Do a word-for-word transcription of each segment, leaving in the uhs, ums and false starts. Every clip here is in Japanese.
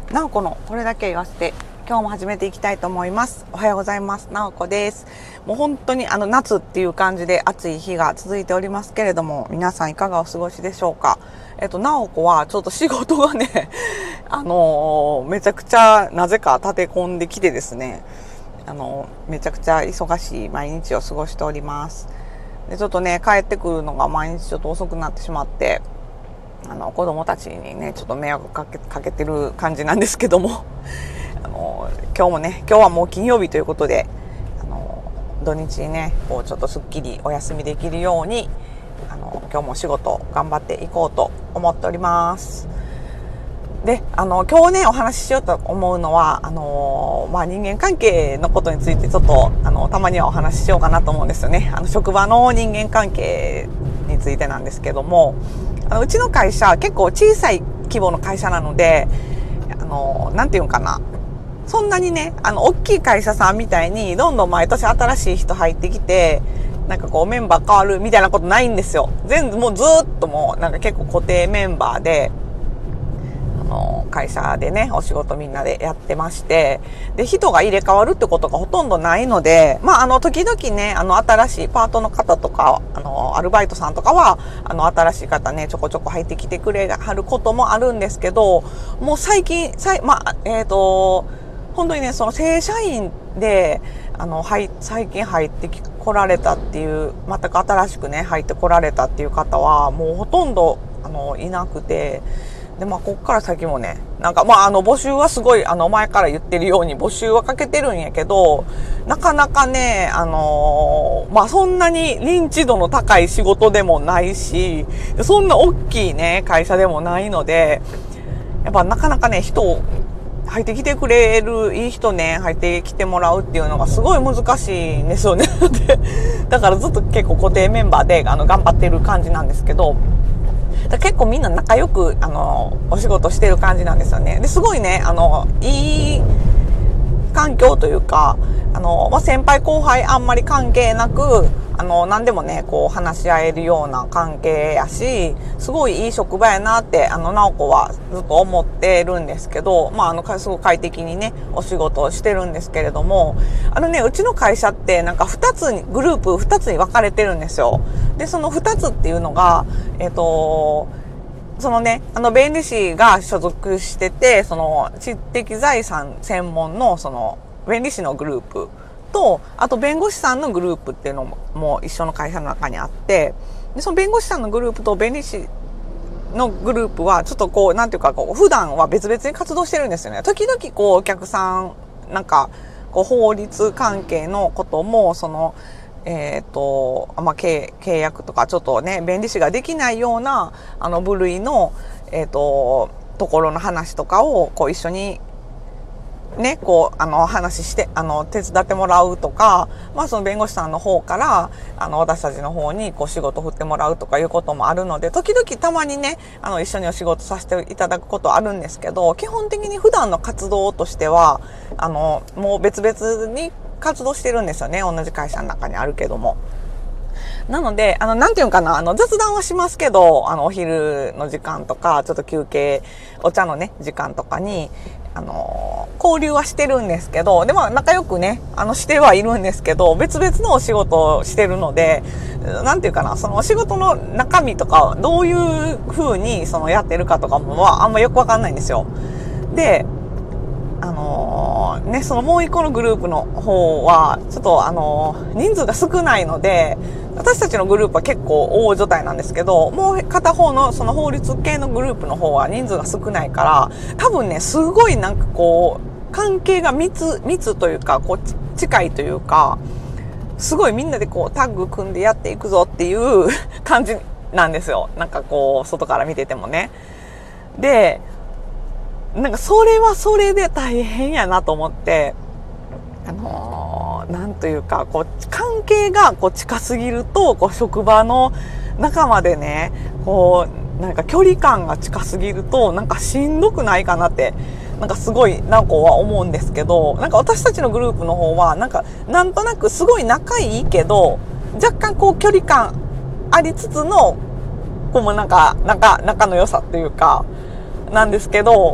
なおこのこれだけ言わせて今日も始めていきたいと思います。おはようございます。なおこです。もう本当にあの夏っていう感じで暑い日が続いておりますけれども、皆さんいかがお過ごしでしょうか。えっとなおこはちょっと仕事がねあのー、めちゃくちゃなぜか立て込んできてですね、あのー、めちゃくちゃ忙しい毎日を過ごしております。でちょっとね帰ってくるのが毎日ちょっと遅くなってしまって、あの子供たちにねちょっと迷惑かけ、かけてる感じなんですけどもあの今日もね今日はもう金曜日ということで、あの土日にねこうちょっとすっきりお休みできるように、あの今日も仕事頑張っていこうと思っております。であの今日ねお話ししようと思うのはあの、まあ、人間関係のことについてちょっとあのたまにはお話ししようかなと思うんですよね。あの職場の人間関係についてなんですけども、あのうちの会社結構小さい規模の会社なので、あのなんていうのかな、そんなにねあの大きい会社さんみたいにどんどん毎年新しい人入ってきてなんかこうメンバー変わるみたいなことないんですよ。全部もうずっともうなんか結構固定メンバーであの会社でねお仕事みんなでやってまして、で人が入れ替わるってことがほとんどないので、まああの時々ねあの新しいパートの方とかあのアルバイトさんとかはあの新しい方ねちょこちょこ入ってきてくれはることもあるんですけど、もう最近さいまあえっと本当にねその正社員であのはい最近入ってこられたっていう全く新しくね入ってこられたっていう方はもうほとんどあのいなくて。で、まあ、こっから先もね、なんか、まあ、あの、募集はすごい、あの、前から言ってるように募集はかけてるんやけど、なかなかね、あのー、まあ、そんなに認知度の高い仕事でもないし、そんな大きいね、会社でもないので、やっぱなかなかね、人を入ってきてくれる、いい人ね、入ってきてもらうっていうのがすごい難しいんですよね。で、だからずっと結構固定メンバーで、あの、頑張ってる感じなんですけど、だ結構みんな仲良くあのお仕事してる感じなんですよね。ですごいねあのいい環境というか、あの、まあ、先輩後輩あんまり関係なくあの何でもねこう話し合えるような関係やし、すごいいい職場やなってあの直子はずっと思ってるんですけど、まああのすごい快適にねお仕事をしてるんですけれども、あのねうちの会社ってなんかふたつにグループふたつに分かれてるんですよ。でそのふたつっていうのがえっとそのね、あの、弁理士が所属してて、その、知的財産専門の、その、弁理士のグループと、あと弁護士さんのグループっていうのも、もう一緒の会社の中にあって、で、その弁護士さんのグループと弁理士のグループは、ちょっとこう、なんていうか、こう、普段は別々に活動してるんですよね。時々こう、お客さん、なんか、こう、法律関係のことも、その、えっと、まあ、契約とかちょっとね、弁理士ができないような、あの、部類の、えっと、ところの話とかを、こう、一緒に、ね、こう、あの、話して、あの、手伝ってもらうとか、まあ、その弁護士さんの方から、あの、私たちの方に、こう、仕事を振ってもらうとかいうこともあるので、時々たまにね、あの、一緒にお仕事させていただくことあるんですけど、基本的に普段の活動としては、あの、もう別々に、活動してるんですよね。同じ会社の中にあるけども。なので、あの、なんていうかな、あの、雑談はしますけど、あの、お昼の時間とか、ちょっと休憩、お茶のね、時間とかに、あの、交流はしてるんですけど、でも仲良くね、あの、してはいるんですけど、別々のお仕事をしてるので、なんていうかな、そのお仕事の中身とか、どういう風に、その、やってるかとかもは、あんまよくわかんないんですよ。で、あのー、ね、そのもう一個のグループの方は、ちょっとあのー、人数が少ないので、私たちのグループは結構大所帯なんですけど、もう片方のその法律系のグループの方は人数が少ないから、多分ね、すごいなんかこう、関係が密、密というか、こう、近いというか、すごいみんなでこう、タッグ組んでやっていくぞっていう感じなんですよ。なんかこう、外から見ててもね。で、なんかそれはそれで大変やなと思って、あのー、なんというか、こう、関係がこう近すぎると、こう、職場の仲間でね、こう、なんか距離感が近すぎると、なんかしんどくないかなって、なんかすごい、なおこは思うんですけど、なんか私たちのグループの方は、なんか、なんとなくすごい仲いいけど、若干こう、距離感ありつつの、こうもなんか、仲、仲の良さっていうか、なんですけど、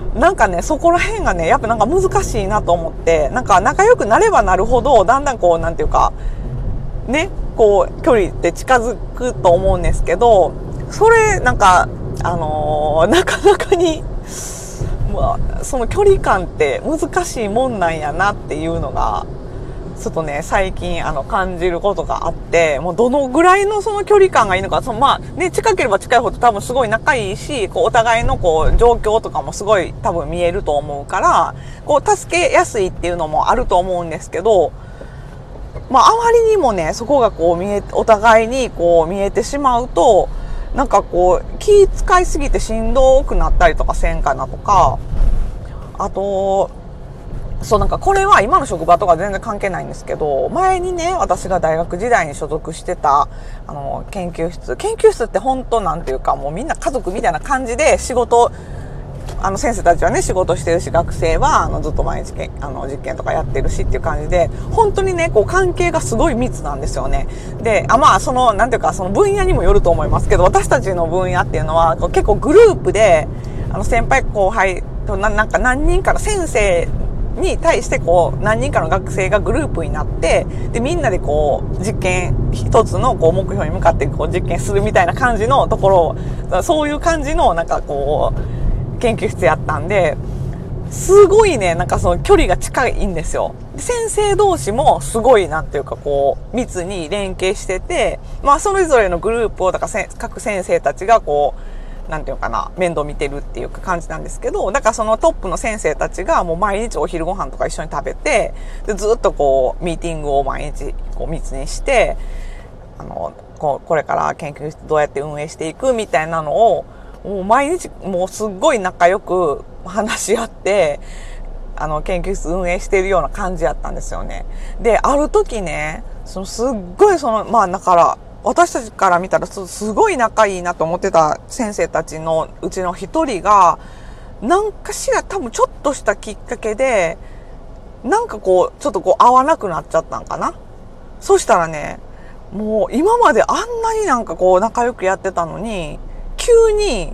なんかね、そこら辺がね、やっぱなんか難しいなと思って、なんか仲良くなればなるほど、だんだんこう、なんていうか、ね、こう、距離って近づくと思うんですけど、それ、なんか、あのー、なかなかに、まあ、その距離感って難しいもんなんやなっていうのが、ちょっとね、最近、あの、感じることがあって、もうどのぐらいのその距離感がいいのか、そのまあ、ね、近ければ近いほど多分すごい仲いいし、こう、お互いのこう、状況とかもすごい多分見えると思うから、こう、助けやすいっていうのもあると思うんですけど、まあ、あまりにもね、そこがこう見え、お互いにこう見えてしまうと、なんかこう、気使いすぎてしんどくなったりとかせんかなとか、あと、そうなんかこれは今の職場とか全然関係ないんですけど、前にね、私が大学時代に所属してた、あの、研究室。研究室って本当なんていうかもうみんな家族みたいな感じで仕事、あの先生たちはね仕事してるし、学生はあのずっと毎日あの実験とかやってるしっていう感じで、本当にね、こう関係がすごい密なんですよね。で、あ、まあその、なんていうかその分野にもよると思いますけど、私たちの分野っていうのは結構グループで、あの先輩後輩とな、なんか何人かの先生に対してこう何人かの学生がグループになって、でみんなでこう実験一つのこう目標に向かってこう実験するみたいな感じのところ、そういう感じのなんかこう研究室やったんで、すごいね、なんかその距離が近いんですよ。で先生同士もすごいなんていうかこう密に連携してて、まあそれぞれのグループをだから各先生たちがこうなんていうかな、面倒見てるっていう感じなんですけど、だからそのトップの先生たちがもう毎日お昼ご飯とか一緒に食べて、でずっとこうミーティングを毎日こう密にして、あの、こうこれから研究室どうやって運営していくみたいなのを、もう毎日もうすっごい仲良く話し合って、あの研究室運営しているような感じやったんですよね。で、ある時ね、そのすっごいその、まあだから、私たちから見たらすごい仲いいなと思ってた先生たちのうちの一人が、なんかしら多分ちょっとしたきっかけで、なんかこう、ちょっとこう合わなくなっちゃったんかな。そしたらね、もう今まであんなになんかこう仲良くやってたのに、急に、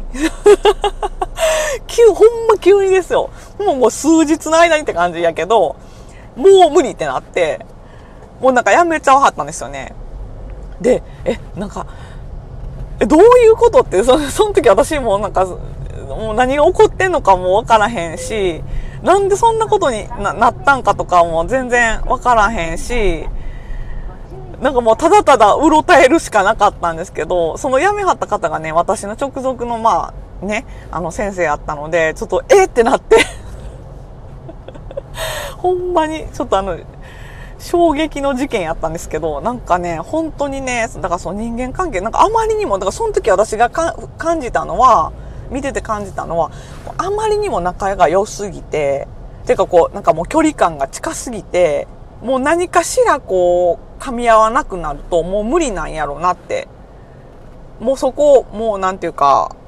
急、ほんま急にですよ。もうもう数日の間にって感じやけど、もう無理ってなって、もうなんかやめちゃわはったんですよね。で、え、なんか、え、どういうことって、そ, その時私もなんか、もう何が起こってんのかもわからへんし、なんでそんなことに な, なったんかとかも全然わからへんし、なんかもうただただうろたえるしかなかったんですけど、その辞めはった方がね、私の直属のまあね、あの先生やったので、ちょっとえーってなって、ほんまにちょっとあの、衝撃の事件やったんですけど、なんかね、本当にね、だからその人間関係、なんかあまりにも、だからその時私がか感じたのは、見てて感じたのは、あまりにも仲が良すぎて、ていうかこう、なんかもう距離感が近すぎて、もう何かしらこう、噛み合わなくなるともう無理なんやろうなって。もうそこ、もうなんていうか、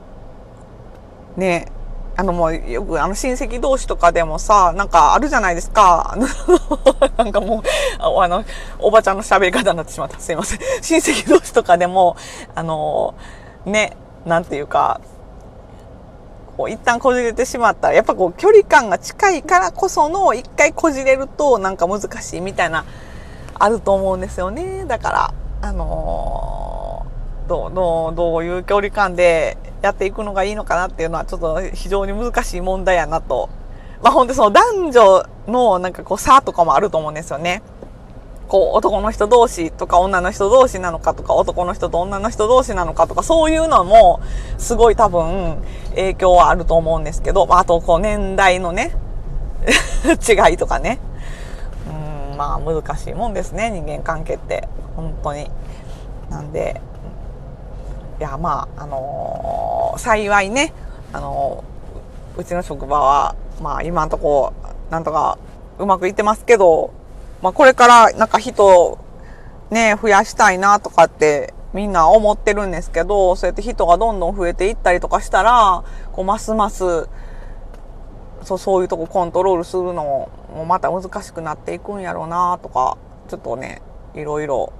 ね、あのもうよくあの親戚同士とかでもさ、なんかあるじゃないですか。なんかもう、あの、おばちゃんの喋り方になってしまった。すいません。親戚同士とかでも、あの、ね、なんていうか、こう一旦こじれてしまったら、やっぱこう距離感が近いからこその一回こじれるとなんか難しいみたいな、あると思うんですよね。だから、あのー、どう、どう、どういう距離感でやっていくのがいいのかなっていうのはちょっと非常に難しい問題やなと。まあ本当その男女のなんかこう差とかもあると思うんですよね。こう男の人同士とか女の人同士なのかとか男の人と女の人同士なのかとかそういうのもすごい多分影響はあると思うんですけど、あとこう年代のね違いとかね。うん、まあ難しいもんですね、人間関係って本当に。なんでいやまああのー、幸いね、あのー、うちの職場はまあ今んとこなんとかうまくいってますけど、まあこれからなんか人ね増やしたいなとかってみんな思ってるんですけど、そうやって人がどんどん増えていったりとかしたら、こうますますそうそういうとこコントロールするのもまた難しくなっていくんやろうなとか、ちょっとねいろいろ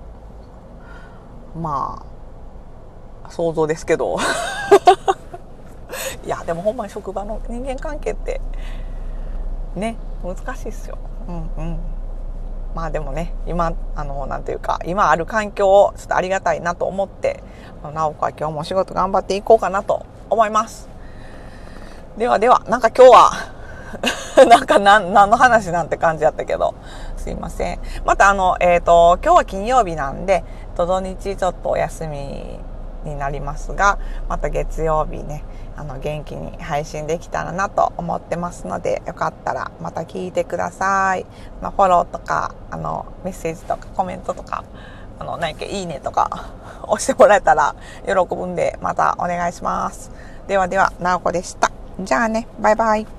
まあ想像ですけどいやでもほんまに職場の人間関係ってね難しいっすよ。うんうん。まあでもね今あのなんていうか今ある環境をちょっとありがたいなと思って、直子は今日もお仕事頑張っていこうかなと思います。ではでは、なんか今日はなんか何何の話なんて感じだったけどすいません。またあのえっと今日は金曜日なんで土日ちょっとお休みになりますが、また月曜日ねあの元気に配信できたらなと思ってますので、よかったらまた聞いてください。まあ、フォローとかあのメッセージとかコメントとかあの何かいいねとか押してもらえたら喜ぶんで、またお願いします。ではでは、なおこでした。じゃあね、バイバイ。